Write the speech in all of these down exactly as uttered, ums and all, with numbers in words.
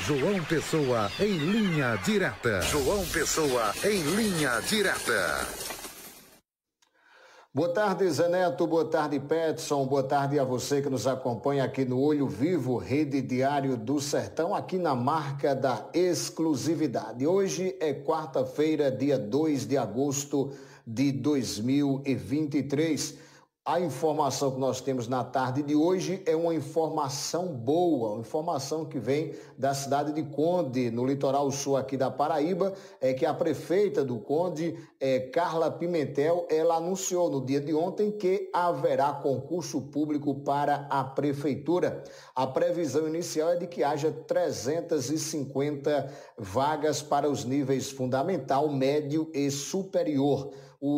João Pessoa em linha direta. João Pessoa em linha direta. Boa tarde, Zé Neto, boa tarde, Peterson, boa tarde a você que nos acompanha aqui no Olho Vivo, Rede Diário do Sertão, aqui na marca da exclusividade. Hoje é quarta-feira, dia dois de agosto de dois mil e vinte e três. A informação que nós temos na tarde de hoje é uma informação boa, uma informação que vem da cidade de Conde, no litoral sul aqui da Paraíba, é que a prefeita do Conde, é, Carla Pimentel, ela anunciou no dia de ontem que haverá concurso público para a prefeitura. A previsão inicial é de que haja trezentas e cinquenta vagas para os níveis fundamental, médio e superior.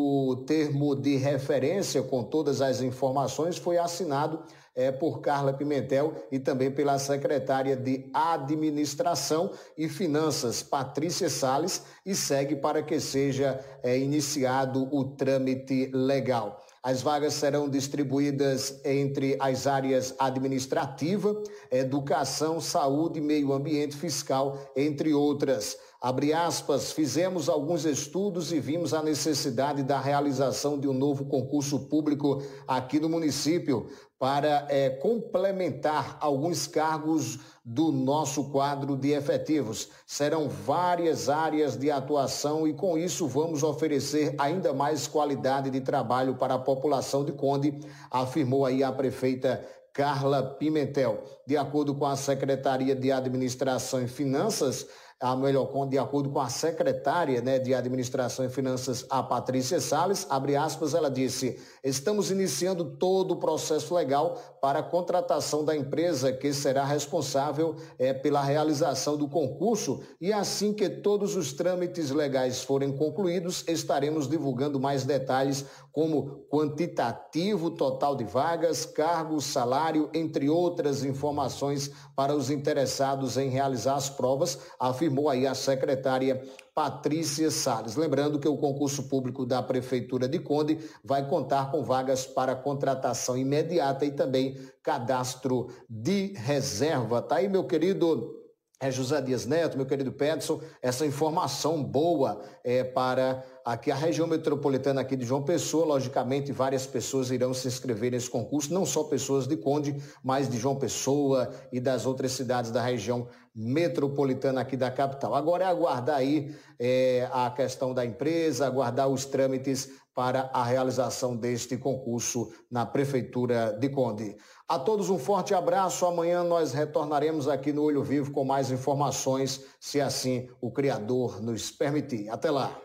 O termo de referência com todas as informações foi assinado é, por Carla Pimentel e também pela secretária de Administração e Finanças, Patrícia Salles, e segue para que seja é, iniciado o trâmite legal. As vagas serão distribuídas entre as áreas administrativa, educação, saúde, meio ambiente, fiscal, entre outras. Abre aspas, fizemos alguns estudos e vimos a necessidade da realização de um novo concurso público aqui no município para é, complementar alguns cargos do nosso quadro de efetivos. Serão várias áreas de atuação e com isso vamos oferecer ainda mais qualidade de trabalho para a população de Conde, afirmou aí a prefeita Carla Pimentel. De acordo com a Secretaria de Administração e Finanças, a melhor, de acordo com a secretária, né, de Administração e Finanças, a Patrícia Salles, abre aspas, ela disse, estamos iniciando todo o processo legal para a contratação da empresa que será responsável é, pela realização do concurso e assim que todos os trâmites legais forem concluídos, estaremos divulgando mais detalhes como quantitativo total de vagas, cargos, salário, entre outras informações para os interessados em realizar as provas, afirmou aí a secretária Patrícia Salles. Lembrando que o concurso público da Prefeitura de Conde vai contar com vagas para contratação imediata e também cadastro de reserva. Tá aí, meu querido é José Dias Neto, meu querido Peterson, essa informação boa é para aqui a região metropolitana aqui de João Pessoa. Logicamente, várias pessoas irão se inscrever nesse concurso, não só pessoas de Conde, mas de João Pessoa e das outras cidades da região metropolitana aqui da capital. Agora é aguardar aí é, a questão da empresa, aguardar os trâmites para a realização deste concurso na Prefeitura de Conde. A todos um forte abraço. Amanhã nós retornaremos aqui no Olho Vivo com mais informações, se assim o Criador nos permitir. Até lá.